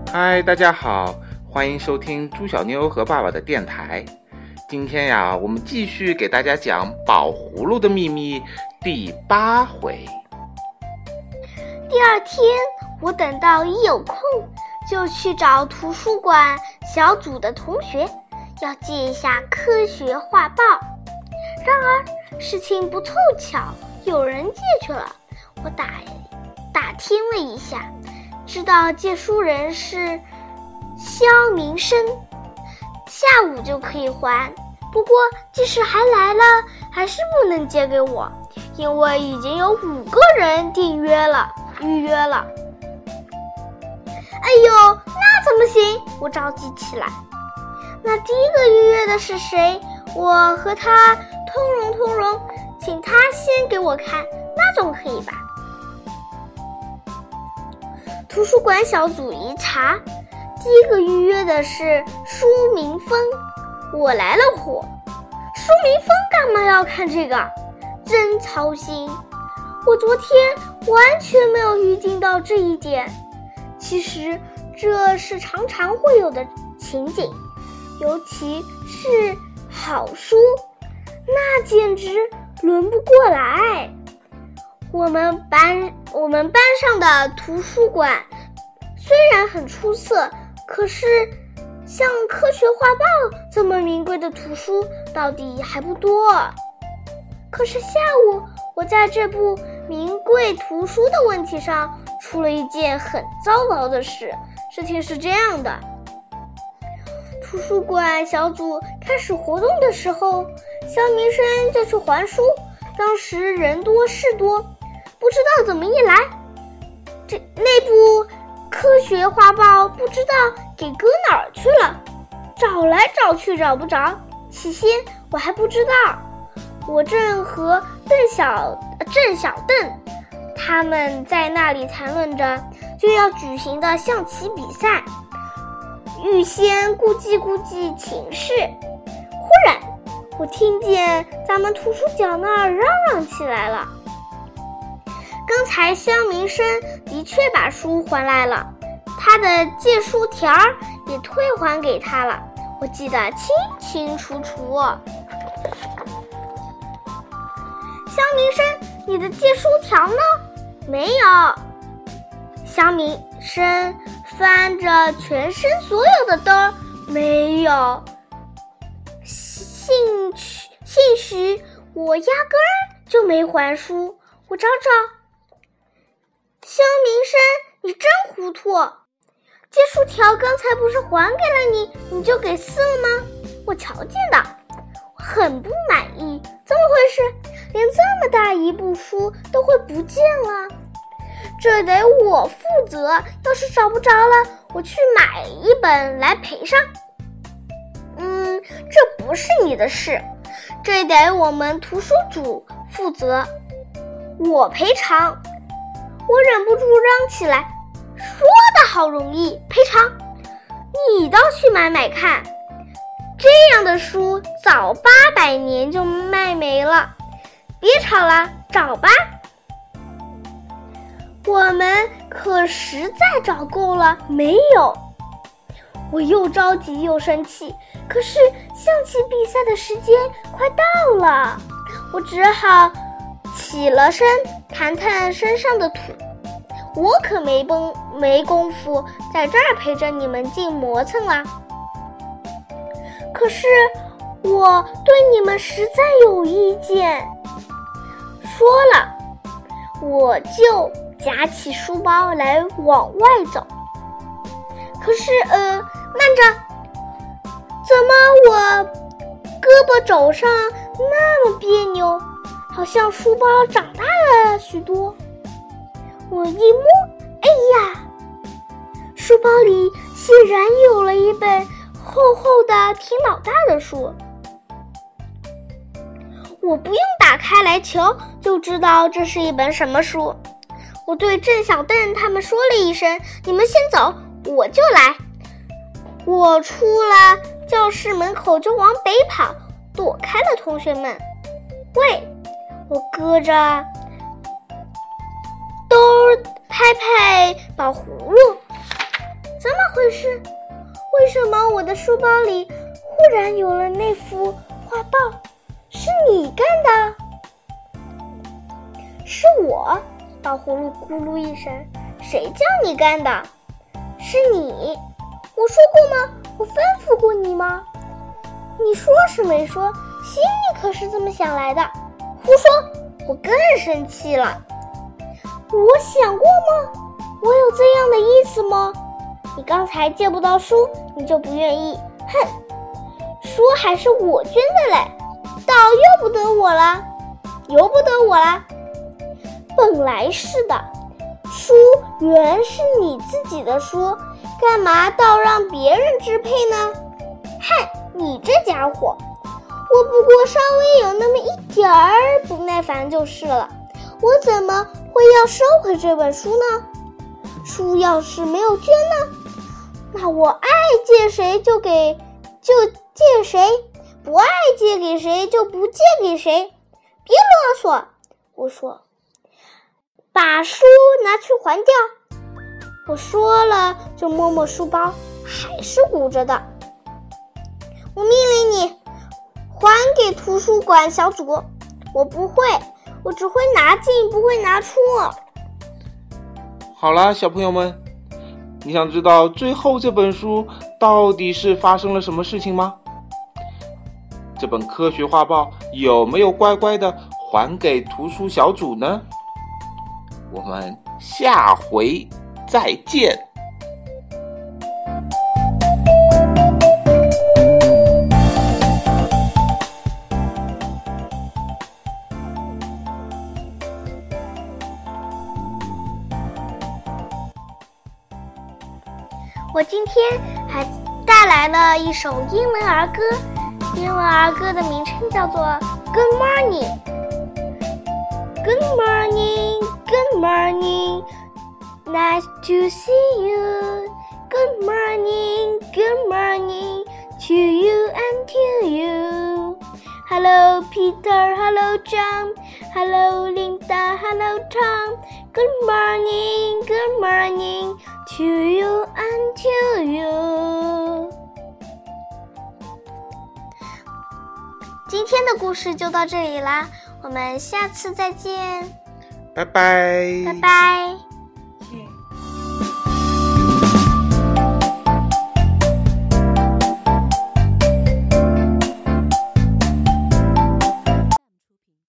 嗨，大家好，欢迎收听猪小妞和爸爸的电台。今天呀，我们继续给大家讲《宝葫芦的秘密》第8回。 第二天，我等到一有空，就去找图书馆小组的同学，要借一下科学画报。然而，事情不凑巧，有人借去了。我打听了一下，知道借书人是肖明生，下午就可以还。不过即使还来了，还是不能借给我，因为已经有5个人预约了。哎呦，那怎么行？我着急起来。那第一个预约的是谁？我和他通融，请他先给我看，那总可以吧？图书馆小组一查，第一个预约的是舒明峰。我来了火，舒明峰干嘛要看这个？真操心！我昨天完全没有预定到这一点。其实这是常常会有的情景，尤其是好书，那简直轮不过来。我们班上的图书馆虽然很出色，可是像科学画报这么名贵的图书到底还不多。可是下午我在这部名贵图书的问题上出了一件很糟糕的事。事情是这样的，图书馆小组开始活动的时候，肖明生就去还书。当时人多事多，不知道怎么一来，那部科学画报不知道给搁哪儿去了，找来找去找不着。起先我还不知道，我正和郑小邓他们在那里谈论着就要举行的象棋比赛，预先估计情势。忽然我听见咱们图书角那儿嚷嚷起来了。刚才肖明生的确把书还来了，他的借书条也退还给他了，我记得清清楚楚。肖明生，你的借书条呢？没有。肖明生翻着全身所有的兜儿，没有。兴许我压根儿就没还书，我找找。肖明生，你真糊涂！借书条刚才不是还给了你，你就给撕了吗？我瞧见的，我很不满意。怎么回事？连这么大一部书都会不见了？这得我负责，要是找不着了，我去买一本来赔上。这不是你的事，这得我们图书组负责。我赔偿。我忍不住嚷起来，说的好容易，赔偿你倒去买买看，这样的书早800年就卖没了。别吵了，找吧。我们可实在找够了，没有。我又着急又生气，可是象棋比赛的时间快到了，我只好起了身，弹弹身上的土。我可没功夫在这儿陪着你们净磨蹭了。可是我对你们实在有意见。说了，我就夹起书包来往外走。可是慢着，怎么我胳膊肘上那么别扭，好像书包长大了许多。我一摸，哎呀，书包里显然有了一本厚厚的挺老大的书。我不用打开来瞧就知道这是一本什么书。我对郑小邓他们说了一声，你们先走，我就来。我出了教室门口就往北跑，躲开了同学们。喂，我搁着兜拍拍宝葫芦， 怎么回事？为什么我的书包里忽然有了那幅画报？是你干的？是我。宝葫芦咕噜一声，谁叫你干的？是你。我说过吗？我吩咐过你吗？你说是没说，心里可是这么想来的。胡说！我更生气了。我想过吗？我有这样的意思吗？你刚才借不到书，你就不愿意。哼，书还是我捐的嘞，倒由不得我了，由不得我了。本来是的，书原是你自己的书，干嘛倒让别人支配呢？哼，你这家伙，我不过稍微有那么一点儿不耐烦就是了，我怎么会要收回这本书呢？书要是没有捐呢，那我爱借谁就借谁，不爱借给谁就不借给谁，别啰嗦。我说，把书拿去还掉。我说了就摸摸书包，还是鼓着的。我命令你还给图书馆小组。我不会，我只会拿进不会拿出。 好啦，小朋友们，你想知道最后这本书到底是发生了什么事情吗？这本科学画报有没有乖乖的还给图书小组呢？我们下回再见。 我今天还带来了一首英文儿歌，英文儿歌的名称叫做 Good Morning。 Good morning, good morning, nice to see you. Good morning, good morning to you and to you. Hello Peter, hello John, hello Linda, hello Tom. Good morning, good morning to you and to you. 今天的故事就到这里啦，我们下次再见。 拜拜。 拜拜。